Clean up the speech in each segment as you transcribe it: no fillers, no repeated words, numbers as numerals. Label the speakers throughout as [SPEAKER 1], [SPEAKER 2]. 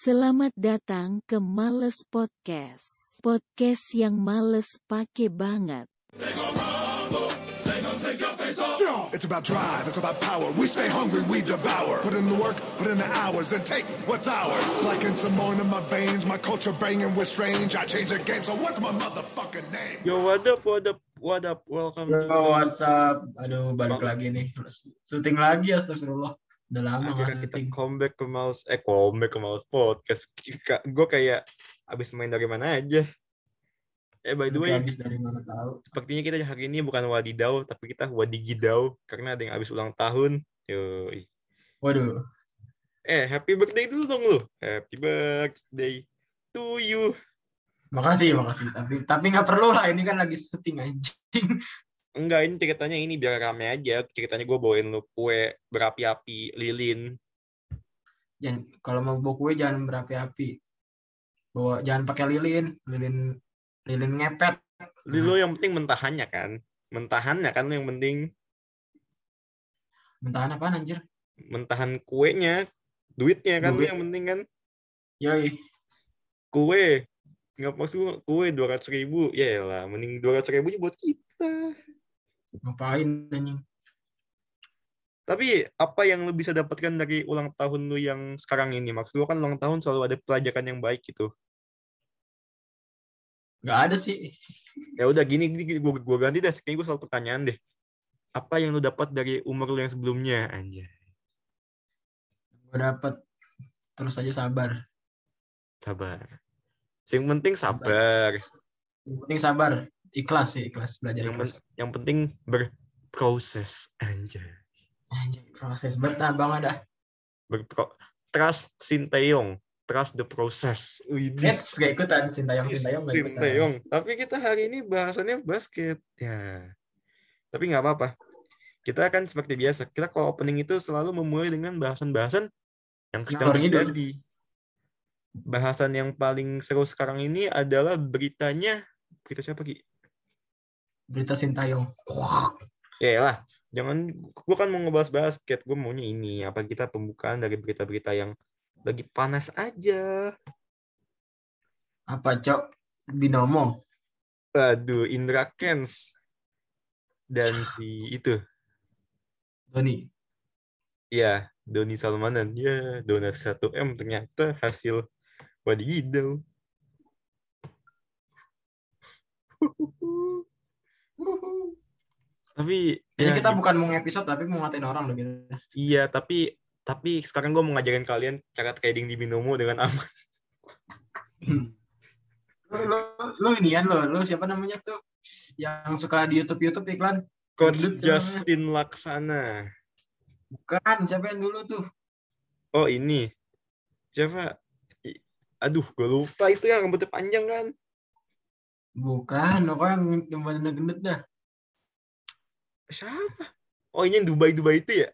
[SPEAKER 1] Selamat datang ke Males Podcast. Podcast yang males pake banget.
[SPEAKER 2] It's about drive, it's about power. We stay hungry, we devour. Put in the work, put in the hours, and take what's ours. Like in Simone in my veins, my culture banging with strange. I change the game, so what's my motherfucking name?
[SPEAKER 3] Yo, what up? Welcome to...
[SPEAKER 4] What's up? Aduh, balik lagi nih. Syuting lagi, astagfirullah. Udah lama
[SPEAKER 3] Akhirnya
[SPEAKER 4] gak
[SPEAKER 3] kita
[SPEAKER 4] syuting.
[SPEAKER 3] comeback ke Males Podcast. Gue kayak abis main dari mana aja. By the way,
[SPEAKER 4] Habis dari mana tahu.
[SPEAKER 3] sepertinya kita hari ini bukan Wadidau, tapi kita Wadigidau. Karena ada yang abis ulang tahun. Yoi.
[SPEAKER 4] Waduh.
[SPEAKER 3] Happy birthday dulu dong lu. Happy birthday to you.
[SPEAKER 4] Makasih. Tapi nggak perlu lah, ini kan lagi syuting anjing.
[SPEAKER 3] Enggak, ini ceritanya ini biar rame aja. Ceritanya gue bawain lu kue berapi-api, lilin.
[SPEAKER 4] Kalau mau bawa kue jangan berapi-api. Jangan pakai lilin ngepet.
[SPEAKER 3] Lu yang penting mentahannya kan lu yang penting.
[SPEAKER 4] Mentahan apaan anjir?
[SPEAKER 3] Mentahan kuenya, duitnya kan yang penting kan.
[SPEAKER 4] Yoi.
[SPEAKER 3] Kue nggak maksud kue 200.000 ya lah, mending 200.000 buat kita.
[SPEAKER 4] Ngapain anjing?
[SPEAKER 3] Tapi apa yang lu bisa dapatkan dari ulang tahun lu yang sekarang ini? Maksud lu kan ulang tahun selalu ada pelajaran yang baik gitu.
[SPEAKER 4] Nggak ada sih.
[SPEAKER 3] Ya udah gini gue ganti deh. Kayaknya gue selalu pertanyaan deh. Apa yang lu dapat dari umur lu yang sebelumnya, anjay?
[SPEAKER 4] Gue dapat terus aja sabar.
[SPEAKER 3] Yang penting sabar.
[SPEAKER 4] Yang penting sabar. Ikhlas belajar ikhlas.
[SPEAKER 3] Yang penting berproses, anjay.
[SPEAKER 4] Anjay, proses betah banget dah.
[SPEAKER 3] Trust Sinteyong. Trust the process.
[SPEAKER 4] Gak ikutan Sinteyong gak ikutan.
[SPEAKER 3] Tapi kita hari ini bahasannya basket. Ya. Tapi nggak apa-apa. Kita akan seperti biasa. Kita kalau opening itu selalu memulai dengan bahasan-bahasan yang sedang terjadi. Bahasan yang paling seru sekarang ini adalah berita siapa Ki?
[SPEAKER 4] Berita Sinteyong.
[SPEAKER 3] Ya lah. Jangan, gue kan mau ngebahas basket. Gue maunya ini. Apa kita pembukaan dari berita-berita yang lagi panas aja.
[SPEAKER 4] Apa, Cok? Binomo.
[SPEAKER 3] Aduh, Indra Kents. Dan si itu.
[SPEAKER 4] Doni.
[SPEAKER 3] Ya, Doni Salmanan. Ya, donat 1M ternyata hasil Wadigidau. Tapi
[SPEAKER 4] ini
[SPEAKER 3] ya,
[SPEAKER 4] kita bukan mau episode tapi mau ngatain orang loh gitu.
[SPEAKER 3] Iya, tapi sekarang gue mau ngajarin kalian cara trading di Binomo dengan aman.
[SPEAKER 4] Lo inian lo siapa namanya tuh yang suka di YouTube iklan?
[SPEAKER 3] Coach Justin Laksana.
[SPEAKER 4] Bukan, siapa yang dulu tuh?
[SPEAKER 3] Oh, ini. Siapa? Aduh, gue lupa itu yang rambutnya panjang kan?
[SPEAKER 4] Bukan, yang badannya gendut dah.
[SPEAKER 3] Siapa? Oh, ini yang Dubai itu ya?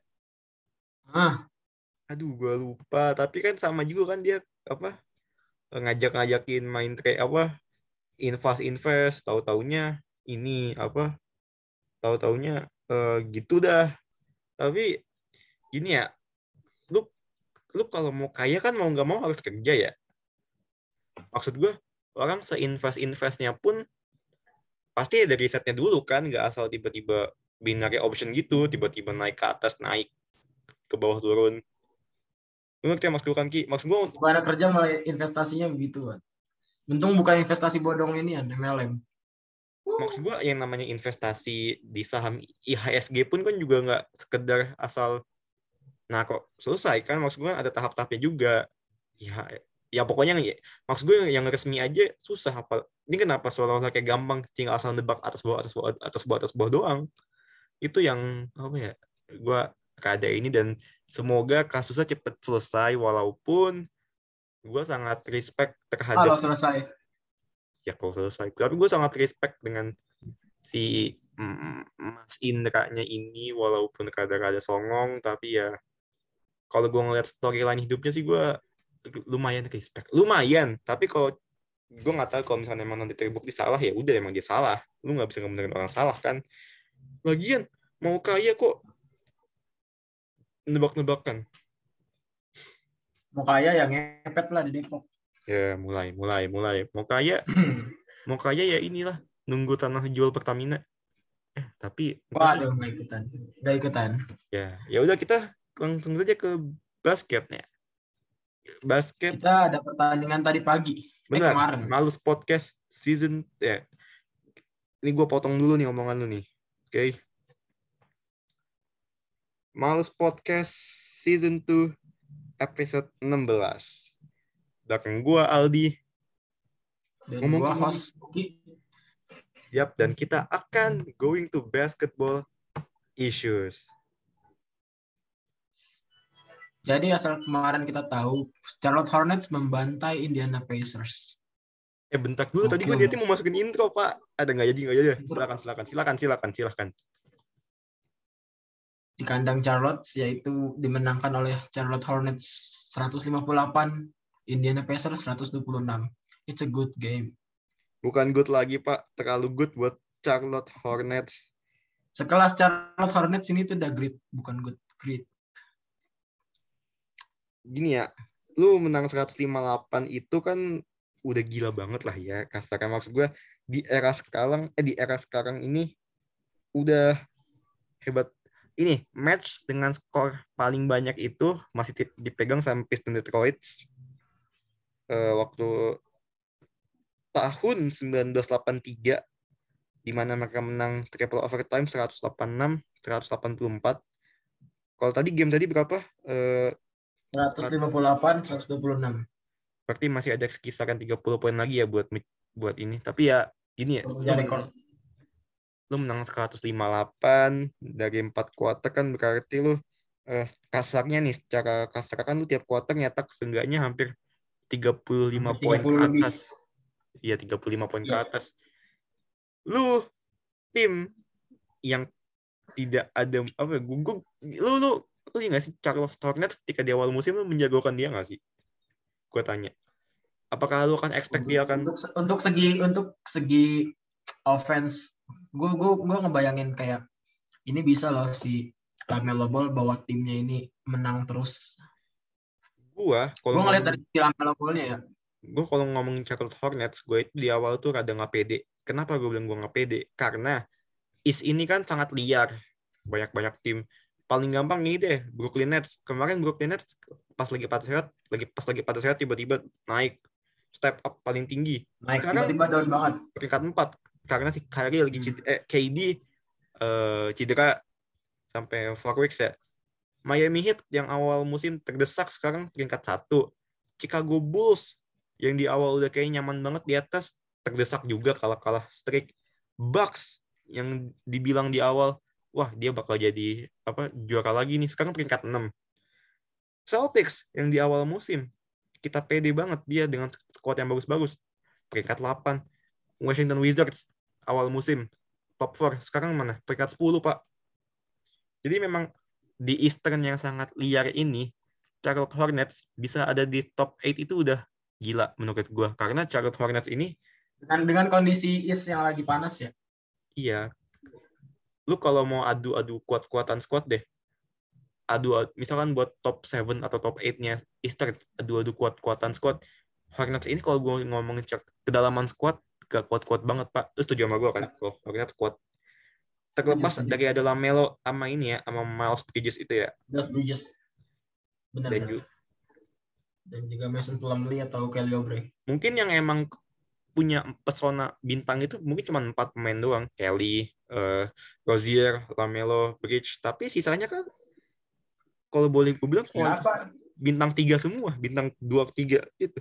[SPEAKER 3] Aduh, gue lupa. Tapi kan sama juga kan dia ngajakin main trade invest. Tahu-taunya ini Tahu-taunya gitu dah. Tapi gini ya, lu kalau mau kaya kan mau nggak mau harus kerja ya. Maksud gue orang seinvestnya pun pasti ada risetnya dulu kan, nggak asal tiba-tiba binary option gitu, tiba-tiba naik ke atas, naik ke bawah turun. Lu ngerti ya maksud gue kan Ki? Maksud gue
[SPEAKER 4] bukan ada kerja malah investasinya begitu kan. Untung bukan investasi bodong ini ya, MLM.
[SPEAKER 3] Maksud gue yang namanya investasi di saham IHSG pun kan juga nggak sekedar asal kok selesai kan. Maksud gue ada tahap-tahapnya juga. Ya pokoknya maksud gue yang resmi aja susah. Ini kenapa seolah-olah kayak gampang tinggal asal nebak atas bawah doang. Itu yang gue kada ini, dan semoga kasusnya cepet selesai, walaupun gue sangat respect terhadap
[SPEAKER 4] kalau selesai.
[SPEAKER 3] Tapi gue sangat respect dengan si Mas Indra-nya ini, walaupun kadang-kadang songong, tapi ya kalau gue ngeliat storyline hidupnya sih gue lumayan respect. Lumayan, tapi kalau gue nggak tahu kalau misalnya emang nanti terbukti salah, ya udah emang dia salah. Lu nggak bisa ngebenerin orang salah kan. Lagian mau kaya kok nebak-nebakan.
[SPEAKER 4] Mau kaya yang ngepet lah di Depok.
[SPEAKER 3] Ya, mulai. Mau kaya ya inilah, nunggu tanah jual Pertamina. Tapi ntar,
[SPEAKER 4] Waduh, nggak ikutan.
[SPEAKER 3] ya udah kita langsung saja ke basketnya. Basket,
[SPEAKER 4] Kita ada pertandingan tadi pagi.
[SPEAKER 3] benar.
[SPEAKER 4] Kemarin.
[SPEAKER 3] Males podcast season ya. Ini gue potong dulu nih omongan lu nih. Oke. Males podcast season 2 episode 16. Belakang gue Aldi.
[SPEAKER 4] Dan gua host Uki.
[SPEAKER 3] Yap, dan kita akan going to basketball issues.
[SPEAKER 4] Jadi asal kemarin kita tahu Charlotte Hornets membantai Indiana Pacers.
[SPEAKER 3] Bentar dulu, tadi gue niatnya mau masukin intro, Pak. Ada nggak jadi? Silakan.
[SPEAKER 4] Di kandang Charlotte, yaitu dimenangkan oleh Charlotte Hornets 158, Indiana Pacers 126. It's a good game.
[SPEAKER 3] Bukan good lagi, Pak. Terlalu good buat Charlotte Hornets.
[SPEAKER 4] Sekelas Charlotte Hornets ini tuh udah great, bukan good, great.
[SPEAKER 3] Gini ya, lu menang 158 itu kan udah gila banget lah ya. Kasarnya maksud gue di era sekarang ini udah hebat. Ini match dengan skor paling banyak itu masih dipegang sama Pistons Detroit waktu tahun 1983, di mana mereka menang triple overtime 186, 184. Kalau tadi game tadi berapa?
[SPEAKER 4] 158, 126.
[SPEAKER 3] Berarti masih ada kisaran 30 poin lagi ya buat ini. Tapi ya gini ya, lu menang 158 dari 4 quarter kan berarti lu kasarnya nih, secara kasar kan lu tiap quarter nyetak seenggaknya hampir 35 poin ke atas. Iya, 35 poin ke atas. Lu tim yang tidak ada apa ya, lu nggak sih Charlotte Hornets ketika di awal musim lu menjagokan dia nggak sih? Gue tanya. Apakah lu akan expect dia akan
[SPEAKER 4] untuk segi offense, gue ngebayangin kayak ini bisa loh si LaMelo Ball bawa timnya ini menang terus. Gue ngeliat dari LaMelo Ball-nya ya.
[SPEAKER 3] Gue kalau ngomongin Charlotte Hornets, gue itu di awal tuh rada nggak pede. Kenapa gue bilang gue nggak pede? Karena East ini kan sangat liar, banyak tim. Paling gampang ini deh, Brooklyn Nets. Kemarin Brooklyn Nets pas lagi pada sehat tiba-tiba naik step up paling tinggi.
[SPEAKER 4] Naik tiba-tiba down banget.
[SPEAKER 3] Peringkat 4 karena si Kyrie lagi KD cedera sampai 4 weeks ya. Miami Heat yang awal musim terdesak sekarang peringkat 1. Chicago Bulls yang di awal udah kayak nyaman banget di atas terdesak juga kalah streak. Bucks yang dibilang di awal wah dia bakal jadi juara lagi nih, sekarang peringkat 6. Celtics yang di awal musim kita pede banget dia dengan squad yang bagus-bagus, peringkat 8. Washington Wizards awal musim top 4, sekarang mana? Peringkat 10, Pak. Jadi memang di Eastern yang sangat liar ini, Charlotte Hornets bisa ada di top 8 itu udah gila menurut gue, karena Charlotte Hornets ini
[SPEAKER 4] dengan kondisi East yang lagi panas ya.
[SPEAKER 3] Iya. Lu kalau mau adu kuat-kuatan squad deh. Misalkan buat top 7 atau top 8-nya Eastern, adu kuat-kuatan squad. Hornets ini kalau gue ngomongin kedalaman squad gak kuat-kuat banget, Pak. Lu setuju sama gue kan? Kalau Hornets kuat. Terlepas dari ada LaMelo sama ini ya, sama Miles Bridges itu ya.
[SPEAKER 4] Miles Bridges. Benar. Dan juga Mason Plumlee atau Kelly Oubre. Mungkin
[SPEAKER 3] yang emang punya pesona bintang itu mungkin cuma 4 pemain doang. Kelly, Rozier, LaMelo, Bridge. Tapi sisanya kan kalau boleh gue bilang bintang 3 semua. Bintang 2-3 itu.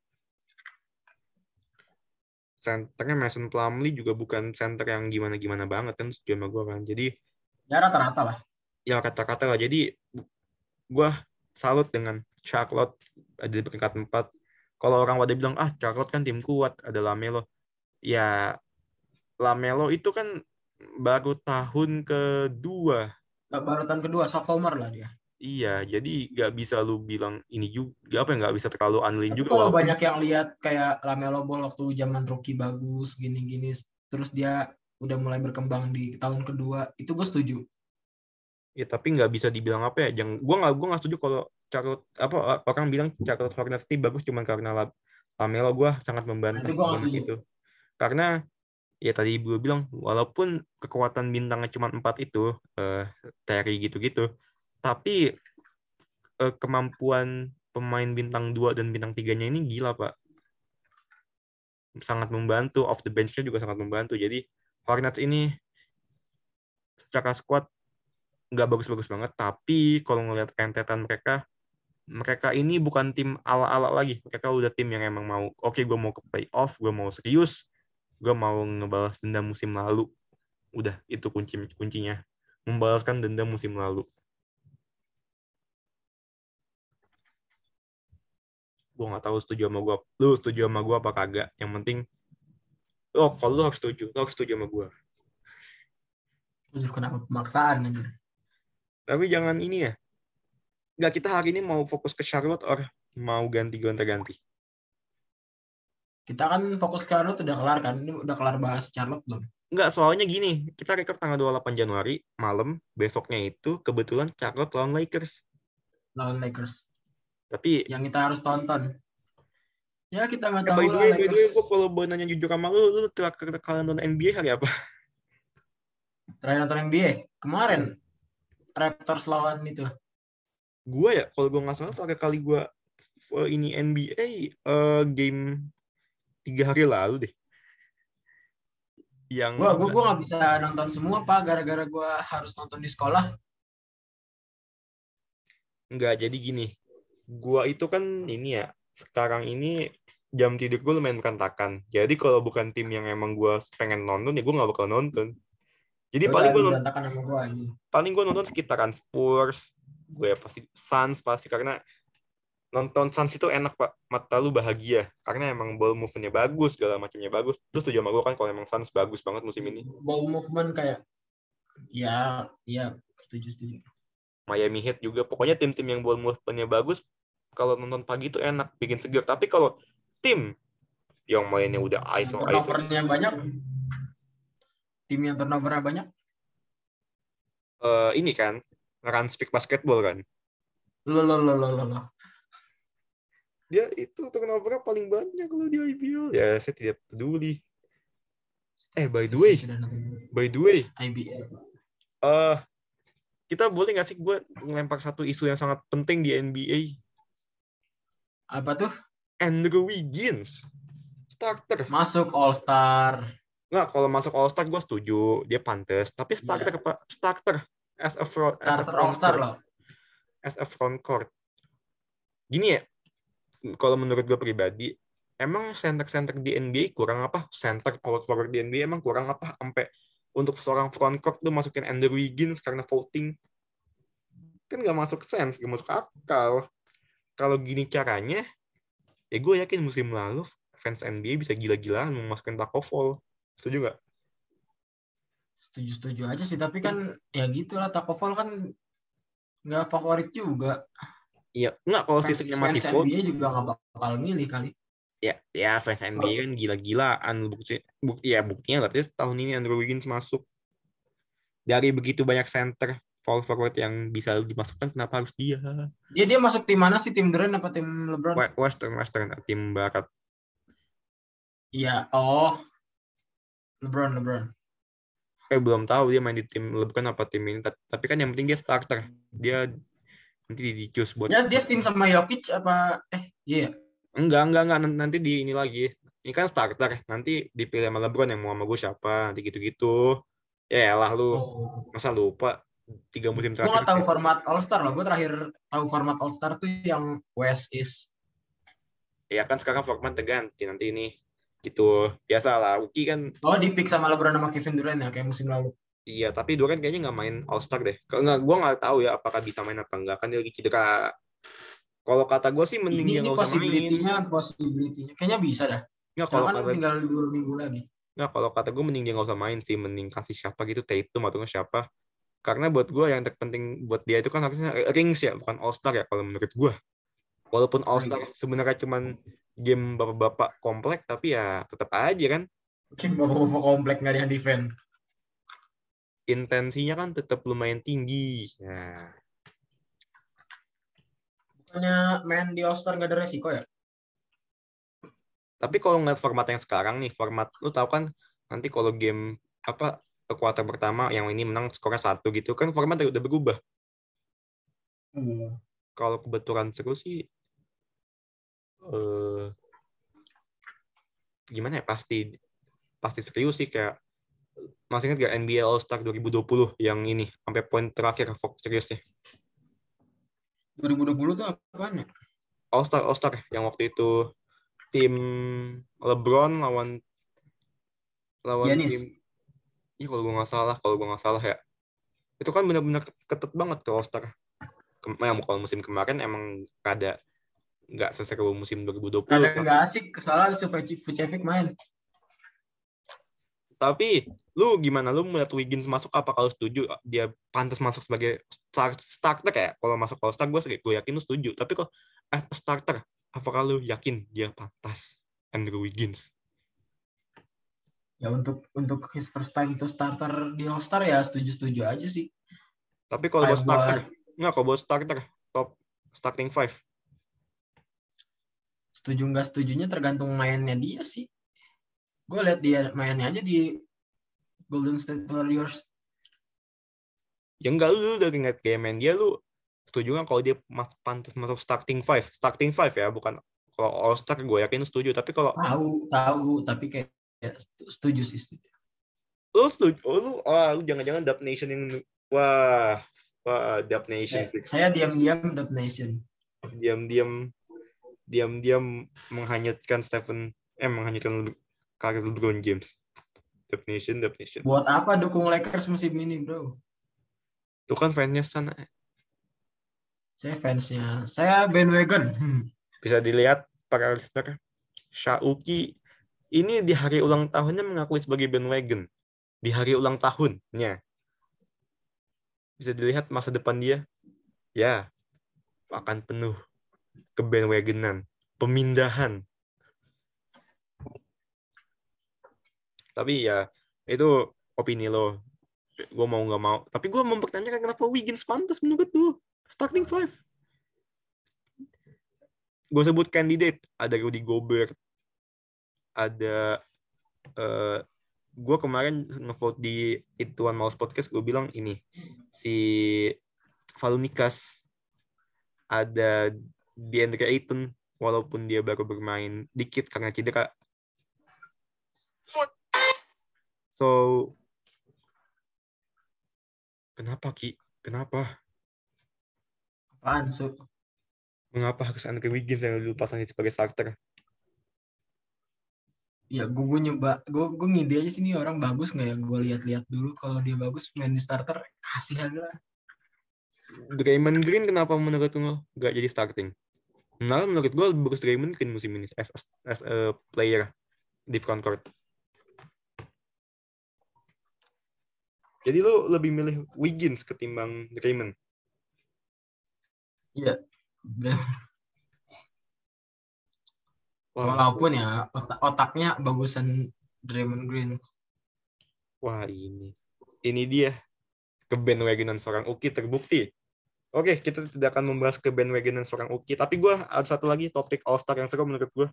[SPEAKER 3] Centernya Mason Plumlee juga bukan center yang gimana-gimana banget kan. Setuju sama gue kan. Jadi
[SPEAKER 4] ya rata-rata lah.
[SPEAKER 3] Ya rata-rata lah. Jadi gue salut dengan Charlotte ada di peringkat 4. Kalau orang pada bilang, Charlotte kan tim kuat, ada LaMelo. Ya, LaMelo itu kan baru tahun kedua.
[SPEAKER 4] Baru tahun kedua, sophomore lah dia.
[SPEAKER 3] Iya, jadi nggak bisa lu bilang ini juga, nggak bisa terlalu andelin juga.
[SPEAKER 4] Kalau banyak yang lihat kayak LaMelo Ball waktu zaman rookie bagus, gini-gini, terus dia udah mulai berkembang di tahun kedua, itu gue setuju.
[SPEAKER 3] Ya, tapi nggak bisa dibilang apa ya. Gue nggak setuju kalau Charlotte apa orang bilang Charlotte Hornets ini bagus cuma karena Lamelo. Gue sangat membantah
[SPEAKER 4] Itu gue nggak setuju.
[SPEAKER 3] itu. Karena ya tadi gue bilang walaupun kekuatan bintangnya cuma 4 itu Terry gitu-gitu, tapi kemampuan pemain bintang 2 dan bintang 3-nya ini gila, Pak. Sangat membantu, off the bench-nya juga sangat membantu. Jadi Hornets ini secara squad nggak bagus-bagus banget, tapi kalau ngelihat rentetan mereka ini bukan tim ala-ala lagi. Mereka udah tim yang emang mau, oke, gue mau ke playoff, gue mau serius, gue mau ngebalas dendam musim lalu. Udah, itu kuncinya. Membalaskan dendam musim lalu. Gue nggak tahu setuju sama gue. Lu setuju sama gue apa kagak? Yang penting, kalau lu harus setuju sama gue.
[SPEAKER 4] Terus kenapa pemaksaan aja?
[SPEAKER 3] Tapi jangan ini ya. Nggak, kita hari ini mau fokus ke Charlotte or mau ganti-ganti?
[SPEAKER 4] Kita kan fokus ke Charlotte udah kelar kan? Ini udah kelar bahas Charlotte belum?
[SPEAKER 3] Nggak, soalnya gini. Kita record tanggal 28 Januari, malam, besoknya itu kebetulan Charlotte lawan Lakers.
[SPEAKER 4] Lawan Lakers.
[SPEAKER 3] Tapi
[SPEAKER 4] yang kita harus tonton. Ya kita nggak tahu
[SPEAKER 3] by
[SPEAKER 4] lah
[SPEAKER 3] the way,
[SPEAKER 4] Lakers.
[SPEAKER 3] gue kalau boleh nanya jujur sama lu terakhir kalian nonton NBA hari apa?
[SPEAKER 4] Terakhir nonton NBA kemarin Raptors lawan itu.
[SPEAKER 3] Gue ya, kalau gue nggak salah terakhir kali gue ini NBA game 3 hari lalu deh. Yang
[SPEAKER 4] gue nggak bisa nonton semua Pak, gara-gara gue harus nonton di sekolah.
[SPEAKER 3] Enggak, jadi gini. Gue itu kan ini ya, sekarang ini jam tidur gue lumayan berantakan. Jadi kalau bukan tim yang emang gue pengen nonton, ya gue nggak bakal nonton. Jadi paling gue nonton sekitaran Spurs, gue pasti Suns pasti, karena nonton Suns itu enak Pak, mata lu bahagia karena emang ball movement-nya bagus, segala macamnya bagus. Terus tujuan sama gue kan kalau emang Suns bagus banget musim ini.
[SPEAKER 4] Ball movement kayak ya setuju.
[SPEAKER 3] Miami Heat juga, pokoknya tim-tim yang ball movement-nya bagus kalau nonton pagi itu enak, bikin segar. Tapi kalau tim yang mainnya udah ISO
[SPEAKER 4] turnover-nya banyak, tim yang turnover-nya banyak,
[SPEAKER 3] ini kan run speak basketball kan.
[SPEAKER 4] Loh.
[SPEAKER 3] Dia itu turnover-nya paling banyak kalau di IBL. Ya, saya tidak peduli. By the way,
[SPEAKER 4] IBL.
[SPEAKER 3] Kita boleh nggak sih gue ngelempar satu isu yang sangat penting di NBA?
[SPEAKER 4] Apa tuh?
[SPEAKER 3] Andrew Wiggins, starter.
[SPEAKER 4] Masuk All-Star.
[SPEAKER 3] Nggak, kalau masuk All-Star gue setuju, dia pantas. Tapi starter starter as a front
[SPEAKER 4] All-Star loh.
[SPEAKER 3] As a front court. Gini ya, kalau menurut gue pribadi, emang center di NBA kurang apa? Center forward di NBA emang kurang apa? Sampai untuk seorang front court tuh masukin Andrew Wiggins karena voting. Kan nggak masuk sense, nggak masuk akal. Kalau gini caranya, ya gue yakin musim lalu fans NBA bisa gila-gilaan memasukin Taco Fall. Setuju nggak?
[SPEAKER 4] Setuju aja sih, tapi kan ya gitulah, Taco Fall kan nggak favorit juga.
[SPEAKER 3] Iya, nggak, kalau seasonnya masih
[SPEAKER 4] full. Fans NBA juga nggak bakal milih kali.
[SPEAKER 3] Ya fans NBA kan gila-gilaan. Buktinya katanya tahun ini Andrew Wiggins masuk. Dari begitu banyak center forward yang bisa dimasukkan, kenapa harus dia?
[SPEAKER 4] Dia masuk tim mana sih? Tim Durant apa tim LeBron?
[SPEAKER 3] Western, tim barat.
[SPEAKER 4] Iya, LeBron.
[SPEAKER 3] Belum tahu dia main di tim LeBron apa tim ini. Tapi kan yang penting dia starter. Dia nanti di-choose buat.
[SPEAKER 4] Ya, dia tim sama Jokic apa? Iya.
[SPEAKER 3] Enggak. Nanti di ini lagi. Ini kan starter. Nanti dipilih sama LeBron yang mau sama gue siapa. Nanti gitu-gitu. Ya lah lu. Masa lupa 3 musim terakhir.
[SPEAKER 4] Gue nggak tahu format All-Star loh. Gue terakhir tahu format All-Star tuh yang West East.
[SPEAKER 3] Ya kan sekarang format terganti. Nanti ini gitu. Biasalah. Uki kan.
[SPEAKER 4] Di-pick sama LeBron sama Kevin Durant ya kayak musim lalu.
[SPEAKER 3] Iya, tapi Durant kayaknya nggak main All-Star deh. Gue nggak tahu ya apakah bisa main apa enggak. Kan dia lagi cedera. Kalau kata gue sih mending dia nggak usah main.
[SPEAKER 4] Possibility-nya kayaknya bisa dah.
[SPEAKER 3] Nggak, kalau
[SPEAKER 4] kan tinggal 2 minggu lagi.
[SPEAKER 3] Nggak, kalau kata gue mending dia nggak usah main sih. Mending kasih siapa gitu, Tatum atau siapa. Karena buat gue yang terpenting buat dia itu kan harusnya rings ya, bukan All-Star ya kalau menurut gue. Walaupun All-Star sebenarnya cuman game bapak-bapak komplek, tapi ya tetap aja kan.
[SPEAKER 4] Game bapak-bapak komplek nggak ada yang defend.
[SPEAKER 3] Intensinya kan tetap lumayan tinggi. Nah.
[SPEAKER 4] bukannya main di All-Star nggak ada resiko ya?
[SPEAKER 3] Tapi kalau ngeliat format yang sekarang nih, format lu tahu kan nanti kalau game apa kuarter pertama yang ini menang skornya 1 gitu kan format udah berubah. Kalau kebetulan seru sih gimana ya pasti serius sih kayak masih ingat gak NBA All Star 2020 yang ini sampai poin terakhir seriusnya.
[SPEAKER 4] 2020 tuh apaan ya?
[SPEAKER 3] All Star yang waktu itu tim LeBron lawan
[SPEAKER 4] Giannis.
[SPEAKER 3] tim kalau gue nggak salah ya itu kan benar-benar ketat banget tuh All Star. Kalau musim kemarin emang ada nggak seseru musim 2020.
[SPEAKER 4] Kadang nggak asik soalnya Vucevic main.
[SPEAKER 3] Tapi lu gimana? Lu melihat Wiggins masuk apa kalau setuju dia pantas masuk sebagai starter ya? Kalau masuk All Star gue yakin lu setuju. Tapi kok as a starter apakah lu yakin dia pantas Andrew Wiggins?
[SPEAKER 4] Ya untuk his first time to starter di All Star ya setuju aja sih.
[SPEAKER 3] Tapi kalau buat starter kalau buat starter top starting 5
[SPEAKER 4] setuju nggak setujunya tergantung mainnya dia sih. Gue lihat dia mainnya aja di Golden State Warriors.
[SPEAKER 3] Ya enggak, lu udah ingat kayak main dia, lu setuju nggak kalau dia pantas masuk starting 5 ya, bukan kalau All Star gue yakin setuju. Tapi kalau
[SPEAKER 4] tahu tapi kayak setuju sih.
[SPEAKER 3] Lu setuju? Lu jangan-jangan Dub Nation yang wah Dub Nation.
[SPEAKER 4] Saya diam-diam Dub Nation.
[SPEAKER 3] Diam-diam menghanyutkan menghanyutkan karir LeBron James. Dub Nation.
[SPEAKER 4] Buat apa dukung Lakers musim ini, bro?
[SPEAKER 3] Itu kan fansnya sana.
[SPEAKER 4] Saya fansnya. Saya bandwagon.
[SPEAKER 3] Bisa dilihat para listener, Shauki ini di hari ulang tahunnya mengakui sebagai bandwagon. Di hari ulang tahunnya. Bisa dilihat masa depan dia. Ya, akan penuh kebandwagonan, pemindahan. Tapi ya, itu opini lo. Gue mau nggak mau. Tapi gue mempertanyakan kenapa Wiggins pantas menurut lo. Starting 5. Gue sebut candidate. Ada Rudy Gobert. Ada... gue kemarin ngevote di Ituan Mouse Podcast. Gue bilang ini. Si Valunikas. Ada DeAndre Ayton. Walaupun dia baru bermain dikit karena cedera. So, kenapa Ki? Kenapa?
[SPEAKER 4] Apaan, Su?
[SPEAKER 3] Mengapa harus Andrew Wiggins yang dulu pasang sebagai starter?
[SPEAKER 4] Ya, gue ngide aja sih nih orang bagus nggak ya? Gue lihat-lihat dulu kalau dia bagus main di starter, kasih aja lah.
[SPEAKER 3] Draymond Green kenapa menurut lo nggak jadi starting? Nah, menurut gue bagus Draymond Green musim ini as a player di front court. Jadi lo lebih milih Wiggins ketimbang Draymond?
[SPEAKER 4] Iya. Walaupun ya otaknya bagusan Draymond Green.
[SPEAKER 3] Wah, ini dia kebandwagonan seorang Uki terbukti. Oke, kita tidak akan membahas kebandwagonan seorang Uki, tapi gue ada satu lagi topik All Star yang seru menurut gue.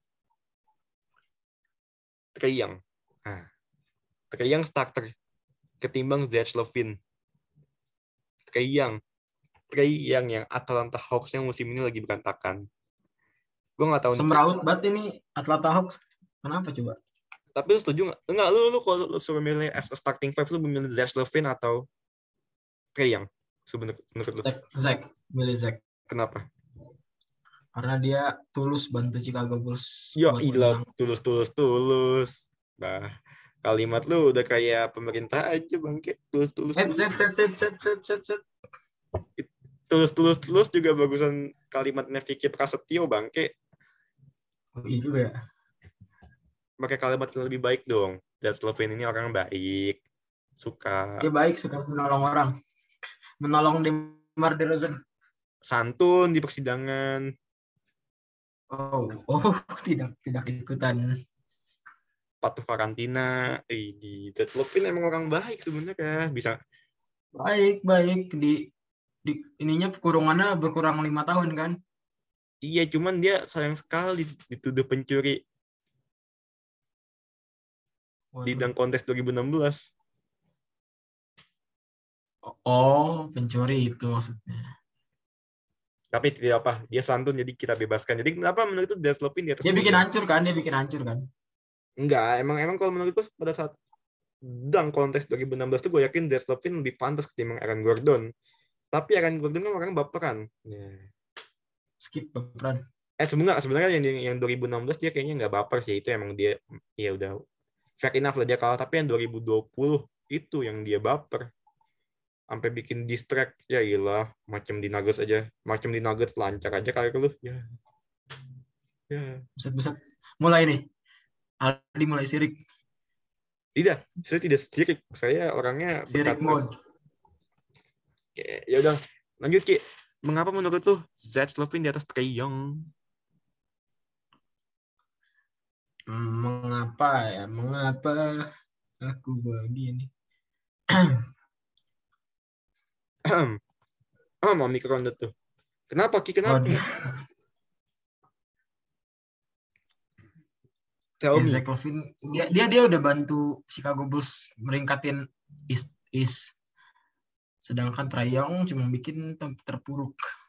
[SPEAKER 3] Trae Young. Trae Young starter ketimbang Zach LaVine. Trae Young yang Atlanta Hawks yang musim ini lagi berantakan. Gue nggak tahu.
[SPEAKER 4] Semraut banget ini Atlanta Hawks. Kenapa coba?
[SPEAKER 3] Tapi lu setuju nggak? Enggak, lu kalau lu suruh milih as a starting 5, lu memilih Zach LaVine atau Trae Young? Sebenarnya menurut lu?
[SPEAKER 4] Milih Zach.
[SPEAKER 3] Kenapa?
[SPEAKER 4] Karena dia tulus bantu Chicago Bulls.
[SPEAKER 3] Ya ilah, tulus. Bah, kalimat lu udah kayak pemerintah aja bangke. Tulus. Tulus juga bagusan kalimatnya Vicky Prasetyo bangke.
[SPEAKER 4] Oh, iya juga ya.
[SPEAKER 3] Pakai kalimat yang lebih baik dong. Zach LaVine ini orang baik. Suka.
[SPEAKER 4] Dia baik, suka menolong orang. Menolong DeMar DeRozan.
[SPEAKER 3] Santun di persidangan.
[SPEAKER 4] Oh, tidak ikutan.
[SPEAKER 3] Patuh karantina. Di Zach LaVine emang orang baik sebenarnya. Bisa.
[SPEAKER 4] Baik. Di ininya kurungannya berkurang 5 tahun kan?
[SPEAKER 3] Iya, cuman dia sayang sekali dituduh pencuri di
[SPEAKER 4] Waduh.
[SPEAKER 3] dunk kontes 2016.
[SPEAKER 4] Oh, pencuri itu maksudnya.
[SPEAKER 3] Tapi tidak apa, dia santun jadi kita bebaskan. Jadi kenapa menurut itu Zach LaVine di atas
[SPEAKER 4] Dia bikin
[SPEAKER 3] Trae Young?
[SPEAKER 4] hancur kan? Dia bikin hancur kan?
[SPEAKER 3] Enggak, emang kalau menurutku pada saat dunk kontes 2016 itu gue yakin Zach LaVine lebih pantas ketimbang Aaron Gordon. Tapi Aaron Gordon kan orang baperan.
[SPEAKER 4] Skip baperan.
[SPEAKER 3] Sebenarnya yang 2016 dia kayaknya nggak baper sih, itu emang dia ya udah fair enough lah dia kalah. Tapi yang 2020 itu yang dia baper sampai bikin distract, ya gila, macam di Nuggets aja, macam di Nuggets lancar aja kayak lu ya.
[SPEAKER 4] Buset. Mulai nih. Aldi mulai sirik.
[SPEAKER 3] Tidak, saya tidak sirik, saya orangnya
[SPEAKER 4] Sirik
[SPEAKER 3] berkatas.
[SPEAKER 4] mode.
[SPEAKER 3] Ya udah, lanjut Ki. Mengapa menurut lu Zach LaVine di atas Trae Young?
[SPEAKER 4] Mengapa aku begini?
[SPEAKER 3] Omikron itu. Kenapa Ki? Kenapa? Tell me.
[SPEAKER 4] Zach LaVine dia udah bantu Chicago Bulls meringkatin East. Sedangkan Trae Young cuma bikin terpuruk.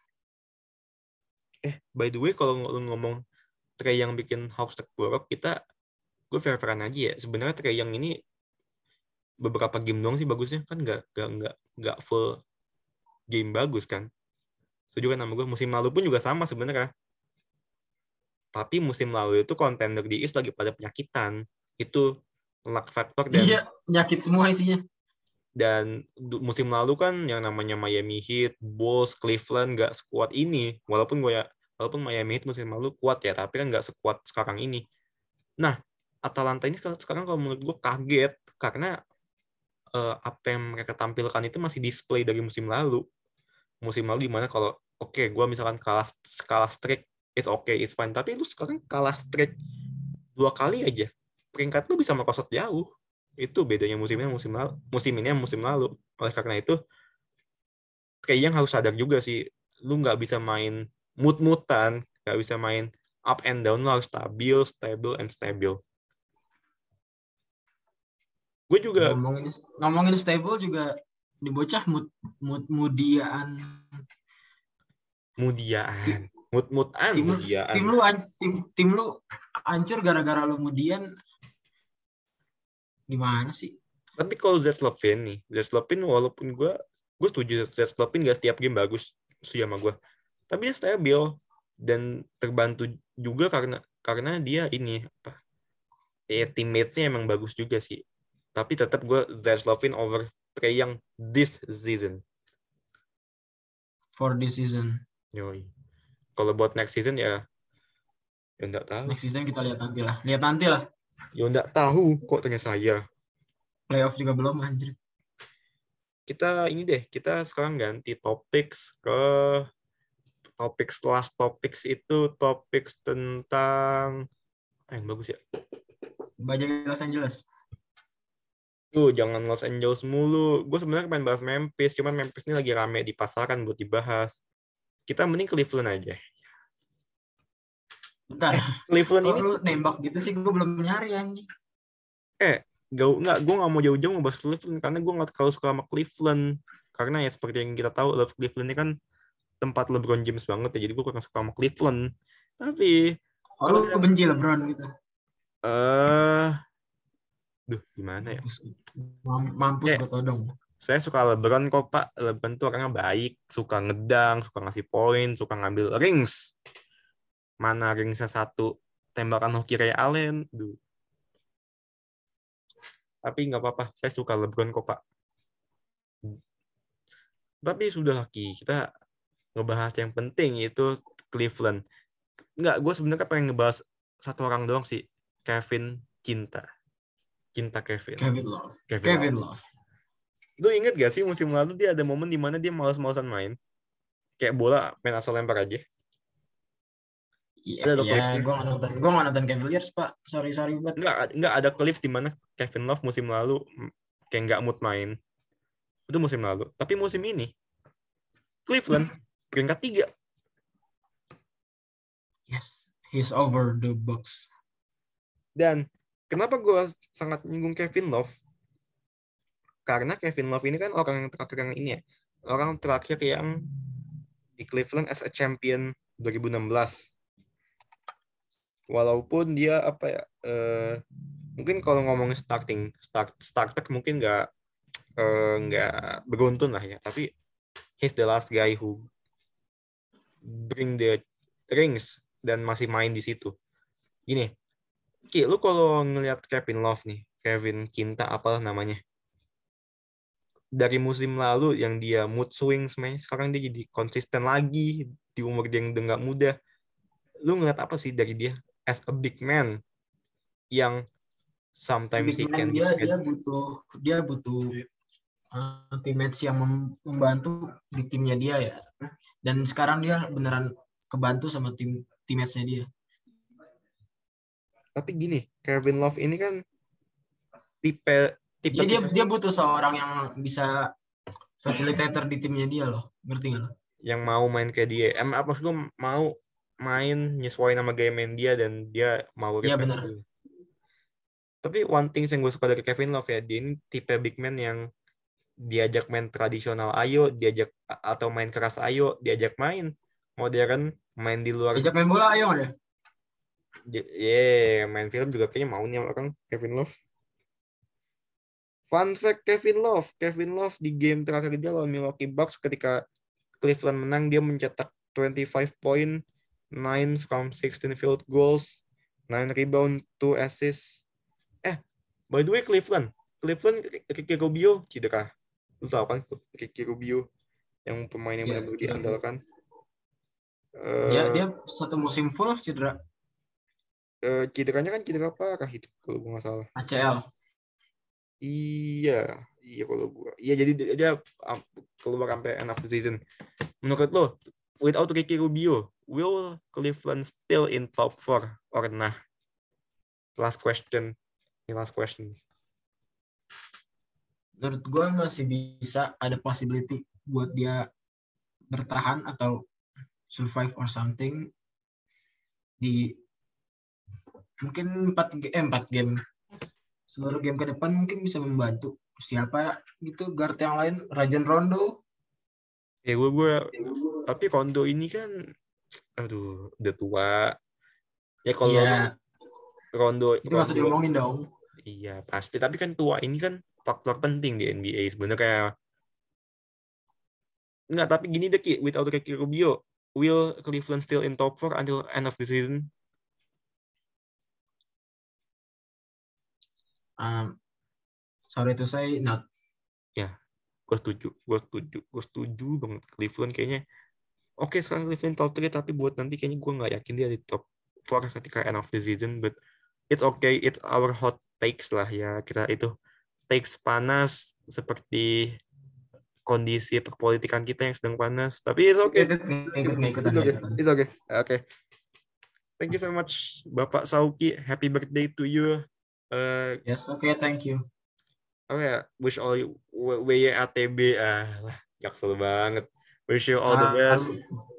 [SPEAKER 3] By the way, kalau lu ngomong Trae Young bikin Hawks terpuruk, gue fair-fairan aja ya. Sebenarnya Trae Young ini beberapa game doang sih bagusnya, kan nggak full game bagus kan. Setuju kan sama gue? Musim lalu pun juga sama sebenarnya. Tapi musim lalu itu contender di East lagi pada penyakitan. Itu luck factor dan
[SPEAKER 4] Iya, penyakit semua isinya.
[SPEAKER 3] Dan musim lalu kan yang namanya Miami Heat, Bulls, Cleveland nggak sekuat ini. Walaupun Miami Heat musim lalu kuat ya, tapi kan nggak sekuat sekarang ini. Nah, Atalanta ini sekarang kalau menurut gue kaget karena apa yang mereka tampilkan itu masih display dari musim lalu. Musim lalu dimana kalau gue misalkan kalah streak it's okay, it's fine. Tapi lu sekarang kalah streak 2 kali aja, peringkat lu bisa merosot jauh. Itu bedanya musim ini musim lalu. Oleh karena itu, kayaknya harus sadar juga sih, lu nggak bisa main mut-mutan, nggak bisa main up and down, lu harus stable. Gue juga
[SPEAKER 4] ngomongin stable juga dibocah mudiaan. Tim lu hancur gara-gara lu mudian. Gimana sih?
[SPEAKER 3] Tapi kalau Zach LaVine walaupun gue setuju Zach LaVine gak setiap game bagus, setuju sama gue. Tapi dia stabil dan terbantu juga karena dia ini teammates-nya emang bagus juga sih. Tapi tetap gue Zach LaVine over Trae Young this season.
[SPEAKER 4] For this season.
[SPEAKER 3] Yoi. Kalau buat next season ya enggak tahu.
[SPEAKER 4] Next season kita lihat nanti lah.
[SPEAKER 3] Ya enggak tahu kok tanya saya.
[SPEAKER 4] Playoff juga belum anjir.
[SPEAKER 3] Kita sekarang ganti topik ke last topics itu topics tentang yang bagus ya.
[SPEAKER 4] Bajak Los Angeles.
[SPEAKER 3] Jangan Los Angeles mulu. Gue sebenarnya pengen bahas Memphis, cuman Memphis ini lagi rame di pasaran buat dibahas. Kita mending Cleveland aja.
[SPEAKER 4] Bentar.
[SPEAKER 3] Cleveland ini
[SPEAKER 4] lu nembak gitu sih, gue belum nyari anjing.
[SPEAKER 3] Gue nggak mau jauh-jauh ngebahas Cleveland karena gue nggak terlalu suka sama Cleveland. Karena ya seperti yang kita tahu, Cleveland ini kan tempat LeBron James banget ya, jadi gue kurang suka sama Cleveland. Tapi
[SPEAKER 4] lu benci LeBron gitu?
[SPEAKER 3] Gimana ya?
[SPEAKER 4] Mampus bertodong.
[SPEAKER 3] Saya suka LeBron kok, Pak. LeBron tuh orangnya baik, suka ngedang, suka ngasih poin, suka ngambil rings. Mana ringsnya 1 tembakan hoki Ray Allen. Tapi nggak apa-apa, saya suka LeBron kok, Pak. Tapi sudah lagi, kita ngebahas yang penting, yaitu Cleveland. Gue sebenarnya pengen ngebahas satu orang doang sih, Kevin Cinta Kevin.
[SPEAKER 4] Kevin Love.
[SPEAKER 3] Lu inget gak sih musim lalu dia ada momen di mana dia malas-malasan main? Kayak bola main asal lempar aja.
[SPEAKER 4] Iya, gue nggak nonton Cavaliers, Pak. Sorry banget.
[SPEAKER 3] Nggak ada clips di mana Kevin Love musim lalu kayak nggak mood main. Itu musim lalu. Tapi musim ini Cleveland peringkat 3.
[SPEAKER 4] Yes, he's over the Bucks.
[SPEAKER 3] Dan kenapa gue sangat menyinggung Kevin Love? Karena Kevin Love ini kan orang yang terakhir yang ini ya. Orang terakhir yang di Cleveland as a champion 2016. Walaupun dia apa ya, mungkin kalau ngomongin starter mungkin nggak beruntun lah ya. Tapi he's the last guy who bring the rings dan masih main di situ. Gini, Ki, lu kalau ngelihat Kevin Love nih, Kevin Cinta apalah namanya, dari musim lalu yang dia mood swings, sekarang dia jadi konsisten lagi di umur dia yang udah nggak muda. Lu ngeliat apa sih dari dia as a big man yang sometimes
[SPEAKER 4] Big man dia butuh teammates yang membantu di timnya dia ya. Dan sekarang dia beneran kebantu sama teammates-nya dia.
[SPEAKER 3] Tapi gini, Kevin Love ini kan tipe
[SPEAKER 4] dia butuh seorang yang bisa facilitator di timnya dia loh. Ngerti nggak lo?
[SPEAKER 3] Yang mau main kayak dia. Apa sih, gue mau main nyesuaiin sama gaya main dia dan dia mau
[SPEAKER 4] Iya benar.
[SPEAKER 3] Tapi one thing yang gue suka dari Kevin Love ya, dia ini tipe big man yang diajak main tradisional ayo, diajak atau main keras ayo, diajak main modern, main di luar.
[SPEAKER 4] Diajak main bola ayo ada.
[SPEAKER 3] Main film juga kayaknya mau nih orang Kevin Love. Fun fact Kevin Love di game terakhir dia lawan Milwaukee Bucks ketika Cleveland menang, dia mencetak 25 poin, 9 from 16 field goals, 9 rebound, 2 assists. By the way, Cleveland Ricky Rubio cedera. Lu tahu kan Ricky Rubio yang pemain yang benar-benar diandalkan.
[SPEAKER 4] Dia satu musim full cedera.
[SPEAKER 3] Cederanya kan cedera parah itu kalau gue nggak salah.
[SPEAKER 4] ACL.
[SPEAKER 3] Iya kalau gue. Iya, jadi dia keluar sampai end of the season. Menurut lo, without Ricky Rubio, will Cleveland still in top 4 or nah? Last question.
[SPEAKER 4] Menurut gue masih bisa ada possibility buat dia bertahan atau survive or something di mungkin 4 game. Seluruh game ke depan mungkin bisa membantu. Siapa gitu guard yang lain? Rajon Rondo.
[SPEAKER 3] Ya gue tapi Rondo ini kan udah tua. Ya kalau Rondo
[SPEAKER 4] itu masih diomongin dong.
[SPEAKER 3] Iya pasti, tapi kan tua ini kan faktor penting di NBA sebenarnya. Enggak, tapi gini deh Ki, without Ricky Rubio, will Cleveland still in top 4 until end of the season?
[SPEAKER 4] Sorry to say not.
[SPEAKER 3] Ya, gue setuju banget. Cleveland kayaknya oke, sekarang Cleveland top 3, tapi buat nanti kayaknya gue nggak yakin dia di top 4 ketika end of the season, but it's okay, it's our hot takes lah ya, kita itu takes panas seperti kondisi perpolitikan kita yang sedang panas, tapi it's okay. It's okay. Okay. Thank you so much, Bapak Sauki. Happy birthday to you.
[SPEAKER 4] Yes, okay, thank you.
[SPEAKER 3] Wish all you WYATB jaksel banget. Wish you all the best.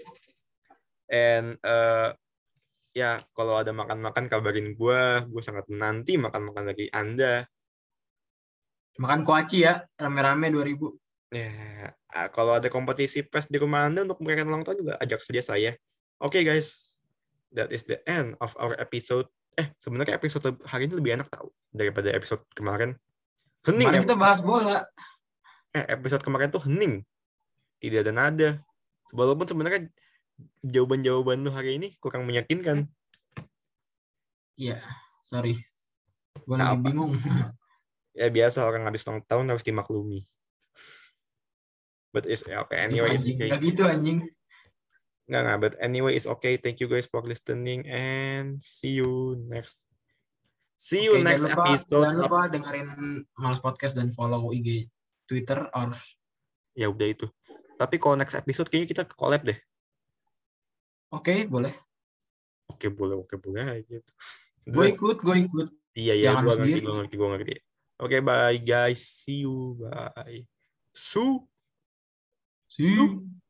[SPEAKER 3] And ya, kalau ada makan-makan kabarin gue sangat menanti makan-makan dari Anda.
[SPEAKER 4] Makan kuaci ya, rame-rame 2000.
[SPEAKER 3] Ya, kalau ada kompetisi PES di rumah Anda untuk merayakan ulang tahun juga ajak saja saya. Oke, guys, that is the end of our episode. Sebenarnya episode hari ini lebih enak tahu daripada episode kemarin. Hening
[SPEAKER 4] kemarin kita bahas bola.
[SPEAKER 3] Episode kemarin tuh hening, tidak ada nada. Walaupun sebenarnya jawaban-jawaban lu hari ini kurang meyakinkan.
[SPEAKER 4] Iya, sorry. Gue lagi bingung.
[SPEAKER 3] Ya biasa, orang habis ulang tahun harus dimaklumi. But it's okay. Anyway, it's okay.
[SPEAKER 4] Gak gitu anjing.
[SPEAKER 3] Nggak, but anyway, it's okay. Thank you guys for listening and see you next episode.
[SPEAKER 4] Jangan lupa dengerin Males Podcast dan follow IG Twitter or
[SPEAKER 3] ya udah itu. Tapi kalau next episode kayaknya kita collab deh.
[SPEAKER 4] Oke, boleh.
[SPEAKER 3] Oke, boleh aja.
[SPEAKER 4] Gue ikut.
[SPEAKER 3] Iya, gue ngerti. Oke, bye guys. See you. Bye. See you.